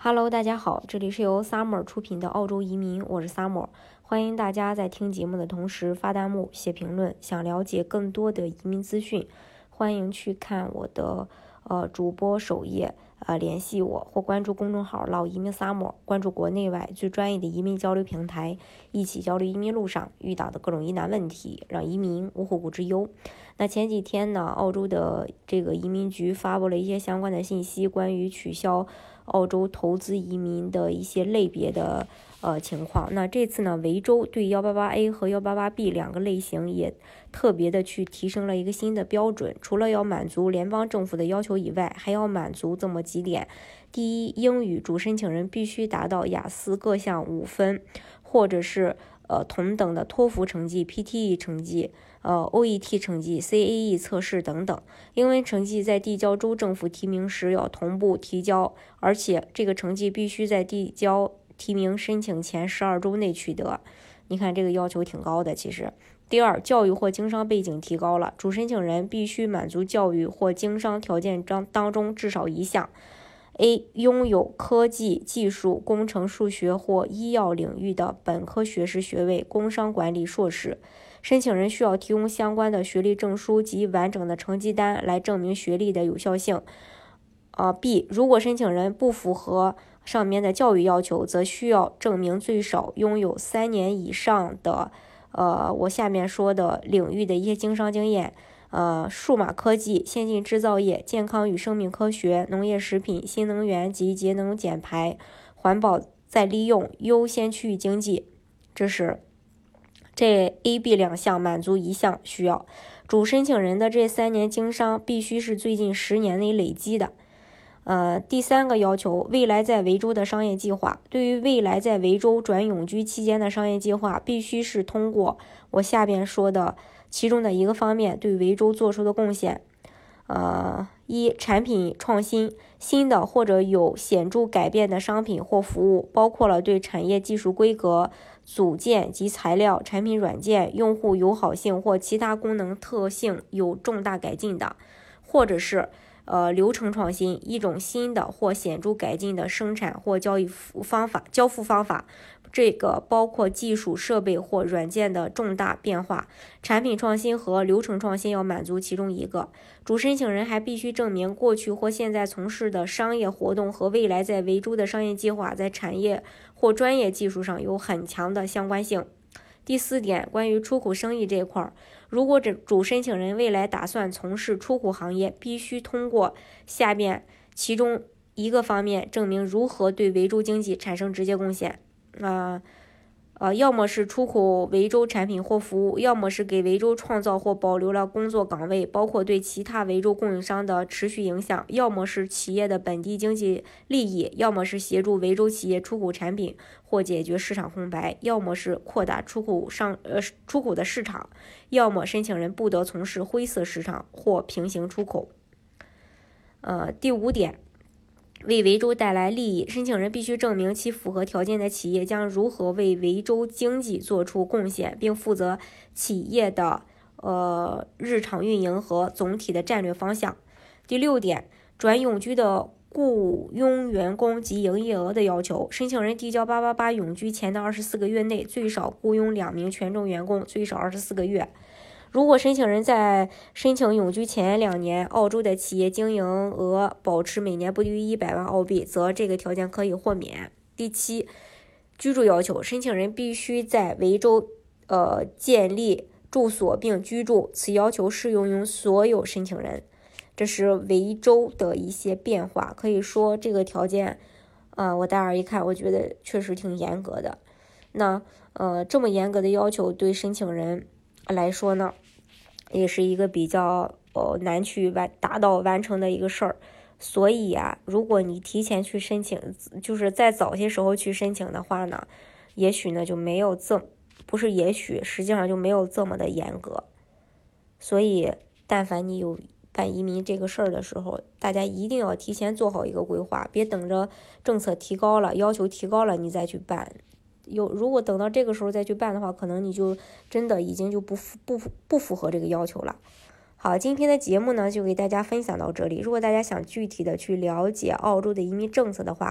Hello，大家好，这里是由 Summer 出品的澳洲移民，我是 Summer，欢迎大家在听节目的同时发弹幕、写评论。想了解更多的移民资讯，欢迎去看我的主播首页联系我，或关注公众号老移民 Summer， 关注国内外最专业的移民交流平台，一起交流移民路上遇到的各种疑难问题，让移民无后顾之忧。那前几天呢，澳洲的这个移民局发布了一些相关的信息，关于取消澳洲投资移民的一些类别的情况。那这次呢，维州对 188A 和 188B 两个类型也特别的去提升了一个新的标准，除了要满足联邦政府的要求以外，还要满足这么几点。第一，英语主申请人必须达到雅思各项5分，或者是同等的托福成绩、PTE 成绩、OET 成绩、CAE 测试等等。英文成绩在递交州政府提名时要同步提交，而且这个成绩必须在递交提名申请前12周内取得。你看这个要求挺高的，其实。第二，教育或经商背景提高了，主申请人必须满足教育或经商条件当中至少一项。A. 拥有科技、技术、工程、数学或医药领域的本科学士学位，工商管理硕士。申请人需要提供相关的学历证书及完整的成绩单来证明学历的有效性。B. 如果申请人不符合上面的教育要求，则需要证明最少拥有3年以上的我下面说的领域的一些经商经验。数码科技、先进制造业、健康与生命科学、农业食品、新能源及节能减排、环保再利用、优先区域经济，这是这 A、B 两项满足一项需要。主申请人的这3年经商必须是最近10年内累积的。第三个要求，未来在维州的商业计划。对于未来在维州转永居期间的商业计划，必须是通过我下边说的其中的一个方面对维州做出的贡献。一、产品创新，新的或者有显著改变的商品或服务，包括了对产业技术规格、组件及材料、产品软件、用户友好性或其他功能特性有重大改进的，或者是流程创新，一种新的或显著改进的生产或交付方法，这个包括技术、设备或软件的重大变化。产品创新和流程创新要满足其中一个。主申请人还必须证明过去或现在从事的商业活动和未来在维州的商业计划在产业或专业技术上有很强的相关性。第4点，关于出口生意这一块，如果主申请人未来打算从事出口行业，必须通过下面其中一个方面证明如何对维州经济产生直接贡献。要么是出口维州产品或服务，要么是给维州创造或保留了工作岗位，包括对其他维州供应商的持续影响，要么是企业的本地经济利益，要么是协助维州企业出口产品或解决市场空白，要么是扩大出口的市场，要么申请人不得从事灰色市场或平行出口。第5点，为维州带来利益，申请人必须证明其符合条件的企业将如何为维州经济做出贡献，并负责企业的日常运营和总体的战略方向。第6点，转永居的雇佣员工及营业额的要求，申请人递交888永居前的24个月内最少雇佣2名权重员工，最少24个月。如果申请人在申请永居前2年，澳洲的企业经营额保持每年不低于100万澳币，则这个条件可以豁免。第7，居住要求，申请人必须在维州建立住所并居住，此要求适用于所有申请人。这是维州的一些变化，可以说这个条件我大耳一看，我觉得确实挺严格的。那这么严格的要求对申请人来说呢，也是一个比较难去达到完成的一个事儿。所以如果你提前去申请，就是在早些时候去申请的话呢，也许呢就没有实际上就没有这么的严格。所以但凡你有办移民这个事儿的时候，大家一定要提前做好一个规划，别等着政策提高了，要求提高了你再去办。如果等到这个时候再去办的话，可能你就真的已经就不符合这个要求了。好，今天的节目呢就给大家分享到这里。如果大家想具体的去了解澳洲的移民政策的话，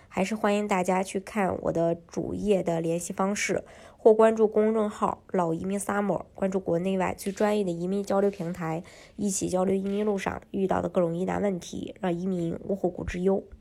还是欢迎大家去看我的主页的联系方式，或关注公众号老移民 Summer， 关注国内外最专业的移民交流平台，一起交流移民路上遇到的各种疑难问题，让移民无后顾之忧。